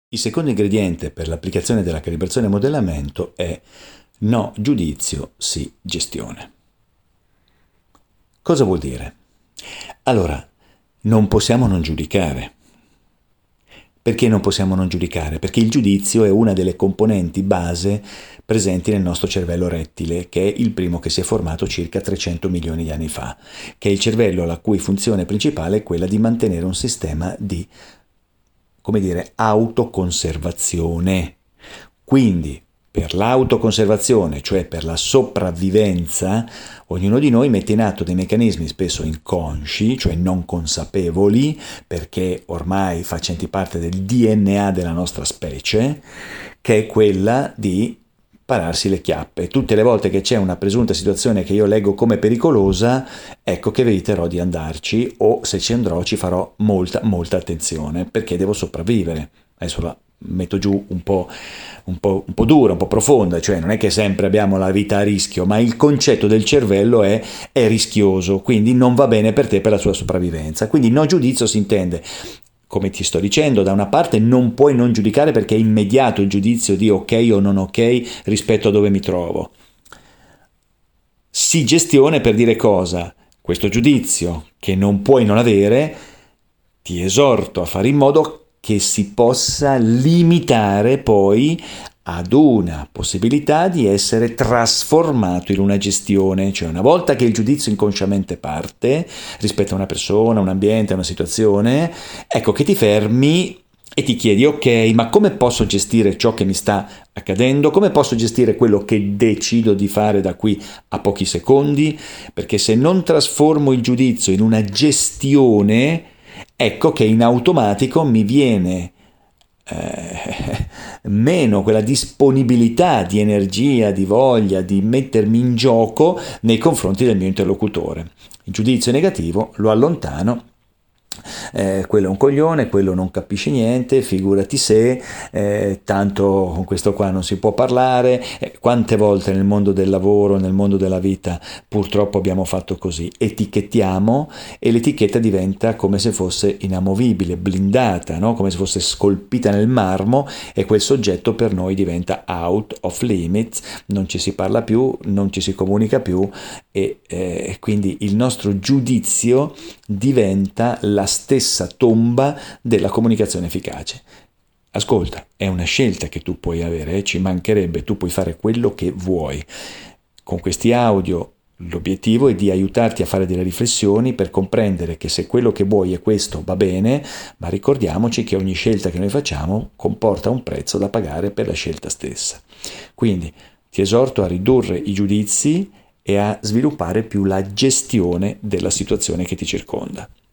Il secondo ingrediente per l'applicazione della calibrazione e modellamento è no giudizio, sì gestione. Cosa vuol dire? Allora, non possiamo non giudicare. Perché non possiamo non giudicare? Perché il giudizio è una delle componenti base presenti nel nostro cervello rettile, che è il primo che si è formato circa 300 milioni di anni fa, che è il cervello la cui funzione principale è quella di mantenere un sistema di, autoconservazione. Quindi, per l'autoconservazione, cioè per la sopravvivenza, ognuno di noi mette in atto dei meccanismi spesso inconsci, cioè non consapevoli, perché ormai facenti parte del DNA della nostra specie, che è quella di pararsi le chiappe. Tutte le volte che c'è una presunta situazione che io leggo come pericolosa, ecco che eviterò di andarci, o se ci andrò ci farò molta attenzione, perché devo sopravvivere. Adesso la metto giù un po' dura, un po' profonda, cioè non è che sempre abbiamo la vita a rischio, ma il concetto del cervello è rischioso, quindi non va bene per te per la sua sopravvivenza. Quindi no giudizio si intende, come ti sto dicendo, da una parte non puoi non giudicare perché è immediato il giudizio di ok o non ok rispetto a dove mi trovo. Sì gestione per dire cosa? Questo giudizio che non puoi non avere, ti esorto a fare in modo che si possa limitare poi ad una possibilità di essere trasformato in una gestione, cioè una volta che il giudizio inconsciamente parte rispetto a una persona, un ambiente, a una situazione, ecco che ti fermi e ti chiedi ok, ma come posso gestire ciò che mi sta accadendo? Come posso gestire quello che decido di fare da qui a pochi secondi? Perché se non trasformo il giudizio in una gestione, ecco che in automatico mi viene meno quella disponibilità di energia, di voglia di mettermi in gioco nei confronti del mio interlocutore. Il giudizio negativo lo allontano. Quello è un coglione, quello non capisce niente, figurati se, tanto con questo qua non si può parlare. Quante volte nel mondo del lavoro, nel mondo della vita purtroppo abbiamo fatto così, etichettiamo e l'etichetta diventa come se fosse inamovibile, blindata, no? Come se fosse scolpita nel marmo, e quel soggetto per noi diventa out of limits, non ci si parla più, non ci si comunica più, e quindi il nostro giudizio diventa la stessa tomba della comunicazione efficace. Ascolta, è una scelta che tu puoi avere, ci mancherebbe, tu puoi fare quello che vuoi. Con questi audio l'obiettivo è di aiutarti a fare delle riflessioni per comprendere che se quello che vuoi è questo va bene, ma ricordiamoci che ogni scelta che noi facciamo comporta un prezzo da pagare per la scelta stessa. Quindi ti esorto a ridurre i giudizi e a sviluppare più la gestione della situazione che ti circonda.